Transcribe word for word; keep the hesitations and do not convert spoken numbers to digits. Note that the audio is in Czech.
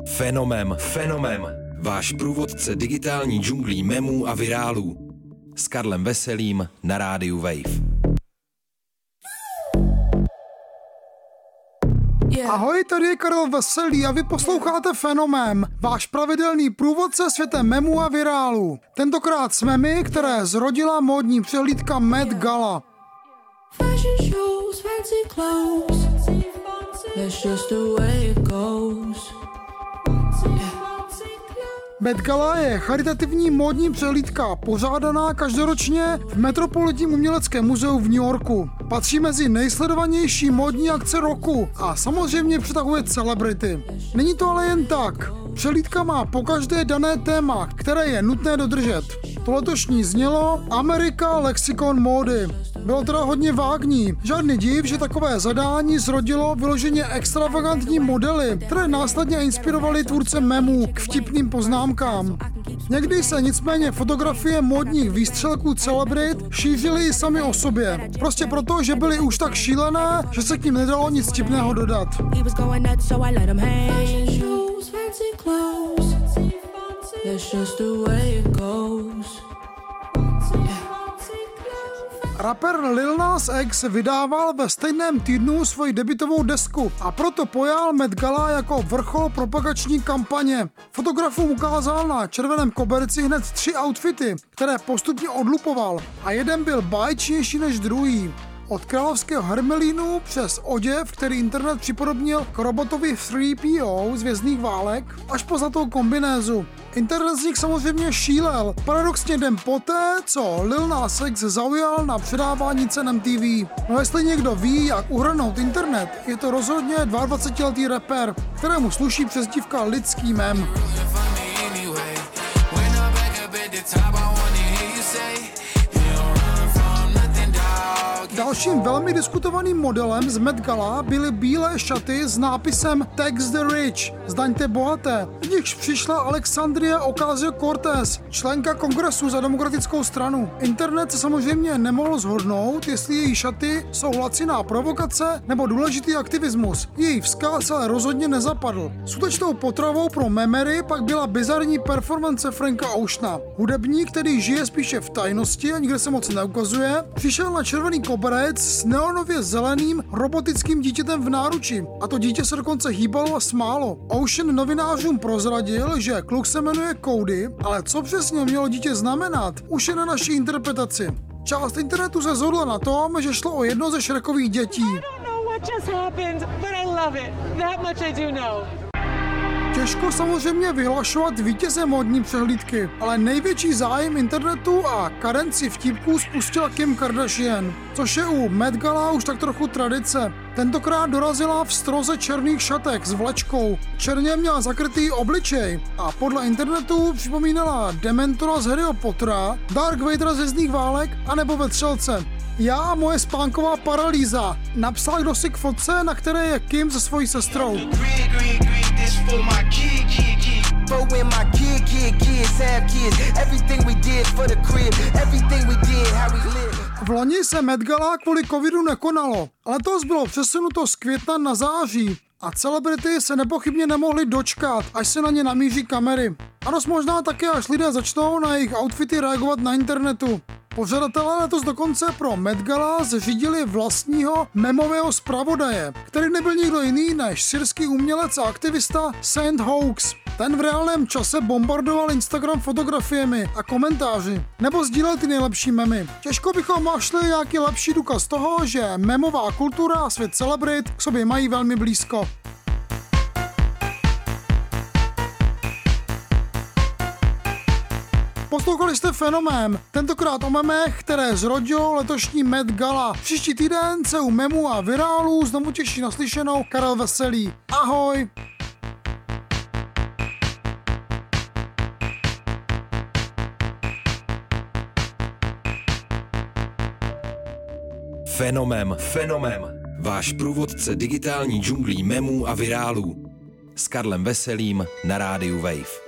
Fenomem, fenomem, váš průvodce digitální džunglí memů a virálů. S Karlem Veselým na rádiu Wave. Ahoj, tady je Karel Veselý a vy posloucháte Fenomén, váš pravidelný průvodce světem memů a virálů. Tentokrát s memy, které zrodila módní přehlídka Met Gala. Fashion shows, fancy clothes. That's just the way it goes. Met Gala je charitativní módní přehlídka pořádaná každoročně v Metropolitním uměleckém muzeu v New Yorku. Patří mezi nejsledovanější módní akce roku a samozřejmě přitahuje celebrity. Není to ale jen tak. Přehlídka má pokaždé dané téma, které je nutné dodržet. To letošní znělo Amerika lexikon módy. Bylo teda hodně vágní. Žádný div, že takové zadání zrodilo vyloženě extravagantní modely, které následně inspirovaly tvůrce memů k vtipným poznámkám. Někdy se nicméně fotografie módních výstřelků celebrit šířily i sami o sobě. Prostě proto, že byly už tak šílené, že se k ním nedalo nic vtipného dodat. Rapper Lil Nas X vydával ve stejném týdnu svoji debutovou desku a proto pojal Met Gala jako vrchol propagační kampaně. Fotografům ukázal na červeném koberci hned tři outfity, které postupně odlupoval a jeden byl báječnější než druhý. Od královského hermelínu přes oděv, který internet připodobnil k robotovi tři P O z Vězných válek, až po zlatou kombinézu. Internet z nich samozřejmě šílel, paradoxně den poté, co Lil Nas X zaujal na předávání cen M T V. No jestli někdo ví, jak uhrnout internet, je to rozhodně dvacetiletý rapper, kterému sluší přezdívka lidský mem. Dalším velmi diskutovaným modelem z Met Gala byly bílé šaty s nápisem Tax the Rich, zdaňte bohaté. V nichž přišla Alexandria Ocasio-Cortez, členka kongresu za demokratickou stranu. Internet se samozřejmě nemohl shodnout, jestli její šaty jsou laciná provokace nebo důležitý aktivismus. Její vzkaz ale rozhodně nezapadl. Skutečnou potravou pro memery pak byla bizarní performance Franka Oceana. Hudebník, který žije spíše v tajnosti a nikde se moc neukazuje, přišel na červený koberec s neonově zeleným robotickým dítětem v náruči. A to dítě se dokonce hýbalo a smálo. Ocean novinářům prozradil, že kluk se jmenuje Cody, ale co přesně mělo dítě znamenat, už je na naší interpretaci. Část internetu se shodla na tom, že šlo o jedno ze Shrekových dětí. Těžko samozřejmě vyhlašovat vítěze módní přehlídky, ale největší zájem internetu a karenci vtipků spustila Kim Kardashian, což je u Met Gala už tak trochu tradice. Tentokrát dorazila v stroze černých šatek s vlečkou. Černě měla zakrytý obličej a podle internetu připomínala Dementora z Harryho Pottera, Darth Vadera ze Vězných válek a nebo Vetřelce. Já a moje spánková paralýza, napsal kdo si k fotce, na které je Kim se svojí sestrou. V loni se Met Gala kvůli covidu nekonalo. Letos bylo přesunuto z května na září a celebrity se nepochybně nemohly dočkat, až se na ně namíří kamery. Ano, možná také, až lidé začnou na jejich outfity reagovat na internetu. Pořadatelé letos dokonce pro Met Gala zřídili vlastního memového zpravodaje, který nebyl nikdo jiný než syrský umělec a aktivista Saint Hoax. Ten v reálném čase bombardoval Instagram fotografiemi a komentáři, nebo sdílel ty nejlepší memy. Těžko bychom našli nějaký lepší důkaz toho, že memová kultura a svět celebrit k sobě mají velmi blízko. Poslouchali jste Fenomén, tentokrát o memech, které zrodilo letošní Met Gala. Příští týden se u memů a virálů znovu těší naslyšenou Karel Veselý. Ahoj! Fenomén, fenomén, váš průvodce digitální džunglí memů a virálů. S Karlem Veselým na rádiu Wave.